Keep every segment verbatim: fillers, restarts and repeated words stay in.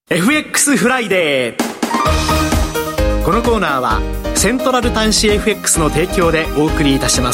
エフエックス フライデー。このコーナーはセントラル端子 エフエックス の提供でお送りいたします。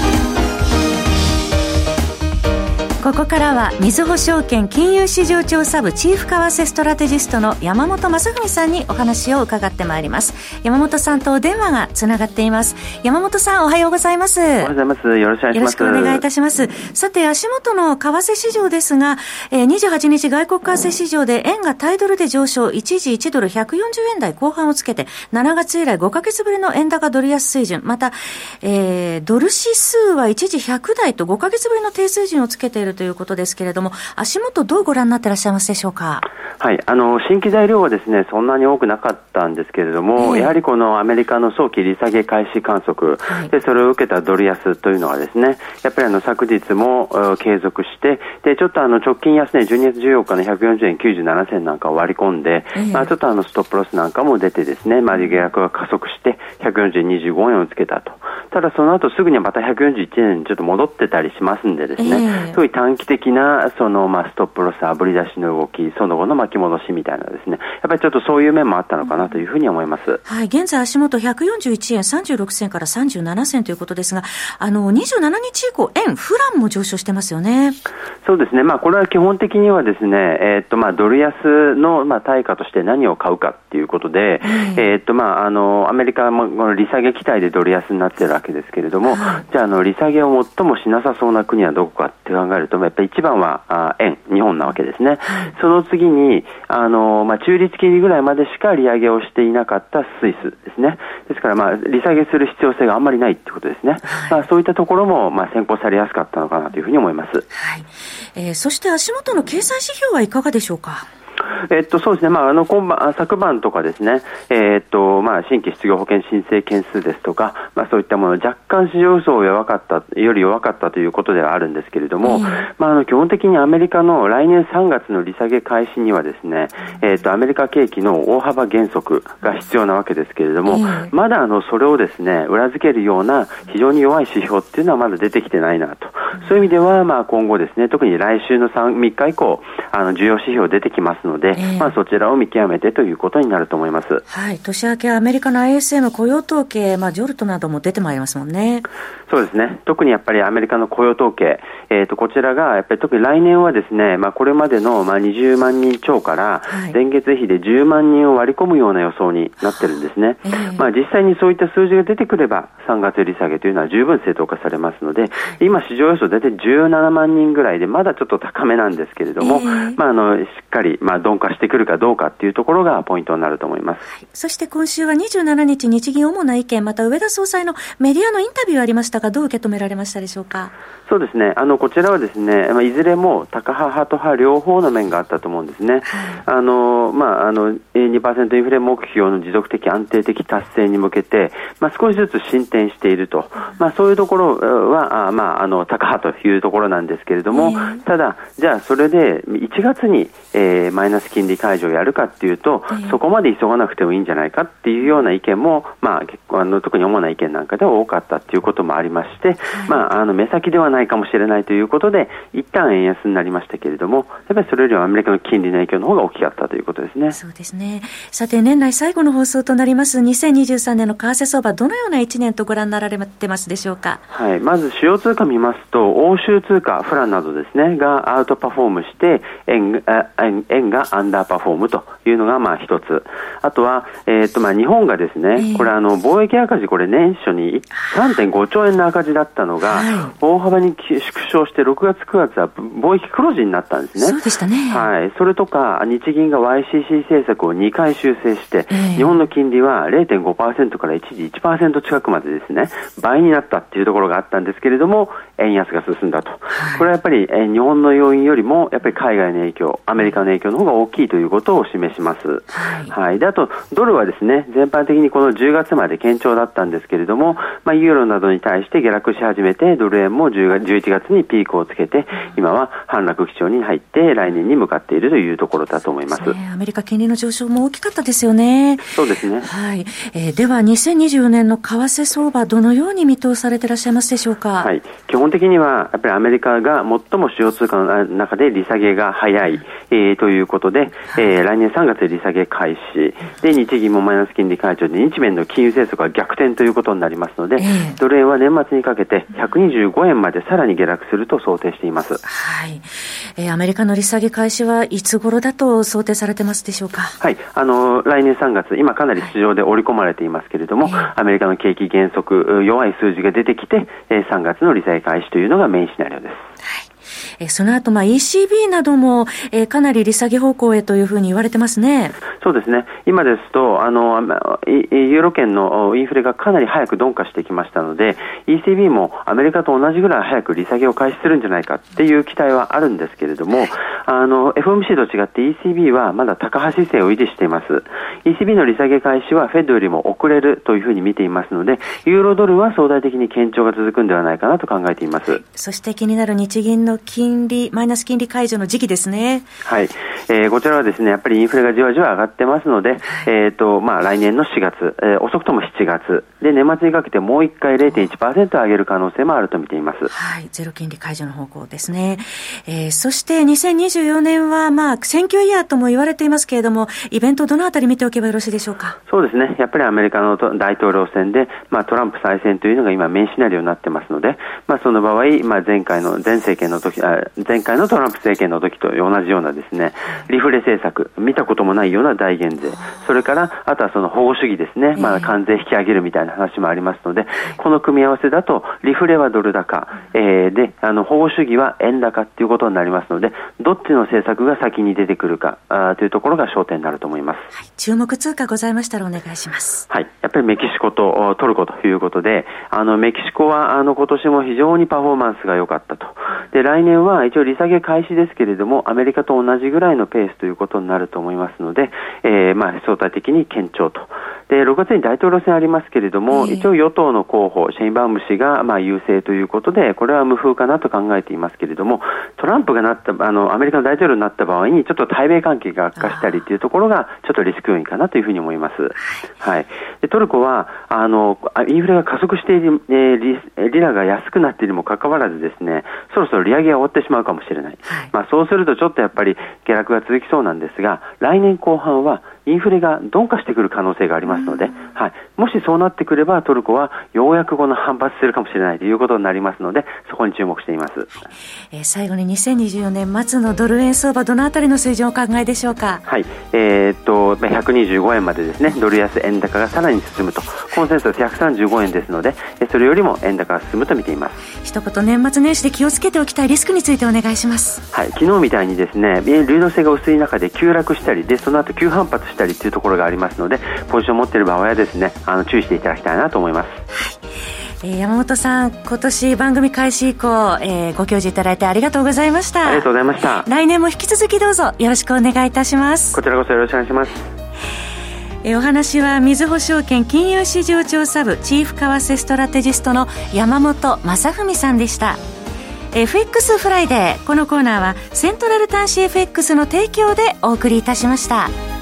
ここからはみずほ証券金融市場調査部チーフ為替ストラテジストの山本正文さんにお話を伺ってまいります。山本さんとお電話がつながっています。山本さん、おはようございます。おはようございます。よろしくお願いします。 よろしくお願いいたします。さて、足元の為替市場ですが、えー、にじゅうはちにち外国為替市場で円が対ドルで上昇、一時いちドルひゃくよんじゅうえん台後半をつけて、しちがつ以来ごかげつぶりの円高ドル安水準、また、えー、ドル指数は一時ひゃく台とごかげつぶりの低水準をつけているということですけれども、足元どうご覧になっていらっしゃいますでしょうか。 はい、あの新規材料はですねそんなに多くなかったんですけれども、えー、やはりこのアメリカの早期利下げ開始観測、はい、でそれを受けたドル安というのはですねやっぱりあの昨日も継続して、でちょっとあの直近安値じゅうにがつじゅうよっかのひゃくよんじゅうえんきゅうじゅうななせんなんかを割り込んで、えーまあ、ちょっとあのストップロスなんかも出てですね、まあ、下落が加速してひゃくよんじゅうえんにじゅうごえんをつけたと。ただその後すぐにまたひゃくよんじゅういちえんにちょっと戻ってたりしますんでですね、えー、そういう短期的なそのまあストップロスあぶり出しの動き、その後の巻き戻しみたいなですね、やっぱりちょっとそういう面もあったのかなというふうに思います。 はい、現在足元ひゃくよんじゅういちえんさんじゅうろくせんからさんじゅうななせんということですが、あのにじゅうしちにち以降円フランも上昇してますよね。 そうですね、まあこれは基本的にはですね、えー、っとまあドル安のまあ対価として何を買うかっていうことで、うん、えー、っとまああのアメリカもこの利下げ期待でドル安になっているわけですけれども、はい、じゃああの利下げを最もしなさそうな国はどこかって考えると、やっぱり一番はあ円日本なわけですね。その次にあの、まあ、中立金利ぐらいまでしか利上げをしていなかったスイスですね。ですから、まあ、利下げする必要性があんまりないということですね。はい、まあ、そういったところも、まあ、先行されやすかったのかなというふうに思います。 はい、えー、そして足元の経済指標はいかがでしょうか。 えっと、そうですね、まあ、あの今晩昨晩とかですね、えー、っとまあ、新規失業保険申請件数ですとか、まあ、そういったもの若干市場予想が弱かったより弱かったということではあるんですけれども、うん、まあ、あの基本的にアメリカの来年さんがつの利下げ開始にはですね、えー、っとアメリカ景気の大幅減速が必要なわけですけれども、うん、まだあのそれをですね裏付けるような非常に弱い指標っていうのはまだ出てきてないなと、うん、そういう意味では、まあ、今後ですね特に来週のみっか以降あの重要指標出てきますので、えーまあ、そちらを見極めてということになると思います。 はい、年明けアメリカの アイエスエム 雇用統計、まあ、ジョルトなども出てまいりますもんね。 そうですね、特にやっぱりアメリカの雇用統計、えー、とこちらがやっぱり特に来年はですね、まあ、これまでのまあにじゅうまんにん超から前月比でじゅうまんにんを割り込むような予想になってるんですね。えーまあ、実際にそういった数字が出てくればさんがつ利下げというのは十分正当化されますので、今市場予想大体じゅうななまんにんぐらいでまだちょっと高めなんですけれども、えーまあ、あのしっかりまあ鈍化してくるかどうかっていうところがポイントになると思います。 はい、そして今週はにじゅうしちにち日銀主な意見、また植田総裁のメディアのインタビューありましたが、どう受け止められましたでしょうか。 そうですね、あのこちらはですね、まあ、いずれもタカ派ハト派両方の面があったと思うんですね。はい、あのまああの にパーセント インフレ目標の持続的安定的達成に向けて、まあ、少しずつ進展していると、まあ、そういうところはあ、まあ、あのタカ派というところなんですけれども、えー、ただじゃあそれでいちがつに、えー、マイナス金利解除をやるかっていうと、えー、そこまで急がなくてもいいんじゃないかっていうような意見も、まあ、結構あの特に主な意見なんかでは多かったっていうこともありまして、はい、まあ、あの目先ではないかもしれないということで一旦円安になりましたけれども、やっぱりそれよりはアメリカの金利の影響の方が大きかったということですね。 そうですね。さて年内最後の放送となりますにせんにじゅうさんねんの為替相場、どのような一年とご覧になられてますでしょうか。 はい、まず主要通貨見ますと欧州通貨フランなどですねがアウトパフォームして円、円、円がアンダーパフォームというのがまあ一つ。あとは、えーとまあ、日本がですね、えー、これあの貿易赤字これ年初に さんてんごちょうえんの赤字だったのが、はい、大幅に縮小してろくがつくがつは貿易黒字になったんですね。 そうでしたね。 はい、それとか日銀が ワイシーシー 政策をにかい修正して、えー、日本の金利は れいてんごパーセント から一時 いちパーセント 近くまでですね倍になったっていうところがあったんですけれども、円安が進んだと、はい、これはやっぱり、えー、日本の要因よりもやっぱり海外の影響、アメリカの影響の方が大きいということを示します。はいはい、であとドルはですね全般的にこのじゅうがつまで堅調だったんですけれども、まあ、ユーロなどに対して下落し始めてドル円もじゅういちがつにピークをつけて今は反落基調に入って来年に向かっているというところだと思います。 そうですね、アメリカ金利の上昇も大きかったですよね。 そうですね。 はい、えー、ではにせんにじゅうよねんの為替相場どのように見通されていらっしゃいますでしょうか。 はい、基本的にはやっぱりアメリカが最も主要通貨の中で利下げが早い、えー、ということで、えー、来年さんがつで利下げ開始で、日銀もマイナス金利解除で日米の金融政策が逆転ということになりますので、えー、ドル円は年末にかけてひゃくにじゅうごえんまでさらに下落すると想定しています。 はい、えー、アメリカの利下げ開始はいつ頃だと想定されてますでしょうか。 はい、あの来年さんがつ、今かなり市場で織り込まれていますけれども、はい、アメリカの景気減速、弱い数字が出てきて、えー、さんがつの利下げ開始というのがメインシナリオです。はい、 えー、その後、まあ、イーシービー なども、えー、かなり利下げ方向へというふうに言われてますね。 そうですね。今ですと、あの、ユーロ圏のインフレがかなり早く鈍化してきましたので、イーシービー もアメリカと同じぐらい早く利下げを開始するんじゃないかっていう期待はあるんですけれども、あの、エフオーエムシー と違って イーシービー はまだ高橋姿勢を維持しています。イーシービー の利下げ開始はフェッドよりも遅れるというふうに見ていますので、ユーロドルは相対的に堅調が続くんではないかなと考えています。 そして気になる日銀の金利、マイナス金利解除の時期ですね。 はい。えー、こちらはですね、やっぱりインフレがじわじわ上がってますので、えっと、まあ、来年のしがつ、えー、遅くともしちがつで、年末にかけてもういっかい れいてんいちパーセント 上げる可能性もあると見ています。 はい。ゼロ金利解除の方向ですね。えー、そしてにせんにじゅうよねんは、まあ、選挙イヤーとも言われていますけれども、イベントどのあたり見ておけばよろしいでしょうか。 そうですね。やっぱりアメリカの大統領選で、まあ、トランプ再選というのが今メインシナリオになってますので、まあ、その場合、まあ、前回の前政権の時、あ、前回のトランプ政権の時と同じようなですね、リフレ政策、見たこともないような大減税、それからあとはその保護主義ですね、まあ、関税引き上げるみたいな話もありますので、この組み合わせだとリフレはドル高、えー、であの保護主義は円高っていうことになりますので、どっちの政策が先に出てくるかあというところが焦点になると思います。 はい、注目通貨ございましたらお願いします。 はい、やっぱりメキシコとトルコということで、あのメキシコはあの今年も非常にパフォーマンスが良かったと。で、来年は一応利下げ開始ですけれども、アメリカと同じぐらいのペースということになると思いますので、えー、まあ相対的に堅調と。で、ろくがつに大統領選ありますけれども、えー、一応与党の候補シェインバウム氏がまあ優勢ということで、これは無風かなと考えていますけれども、トランプがなったあのアメリカの大統領になった場合にちょっと対米関係が悪化したりというところがちょっとリスク要因かなというふうに思います。はい。で、トルコはあのインフレが加速している、えー、リ, リラが安くなっているにもかかわらずですね、そろそろ利上げが終わってしまうかもしれない。はい、まあそうするとちょっとやっぱり下落が続きそうなんですが、来年後半はインフレが鈍化してくる可能性がありますので、はい、もしそうなってくればトルコはようやくこの反発するかもしれないということになりますので、そこに注目しています。はい、 えー、最後ににせんにじゅうよねん末のドル円相場、どのあたりの水準をお考えでしょうか。 はい、えー、っとひゃくにじゅうごえんまでですね、ドル安円高がさらに進むと、コンセンサスひゃくさんじゅうごえんですので、それよりも円高が進むと見ています。 一言年末年始で気をつけておきたいリスクについてお願いします。 はい、昨日みたいにですね、流動性が薄い中で急落したりで、その後急反発したりというところがありますので、ポジションを持っている場合はですね、あの注意していただきたいなと思います。 はい、えー、山本さん、今年番組開始以降、えー、ご教授いただいてありがとうございました。 ありがとうございました。 来年も引き続きどうぞよろしくお願いいたします。 こちらこそよろしくお願いします。 えー、お話はみずほ証券金融市場調査部チーフ為替ストラテジストの山本正文さんでした。 エフエックス フライデー、このコーナーはセントラル端子 エフエックス の提供でお送りいたしました。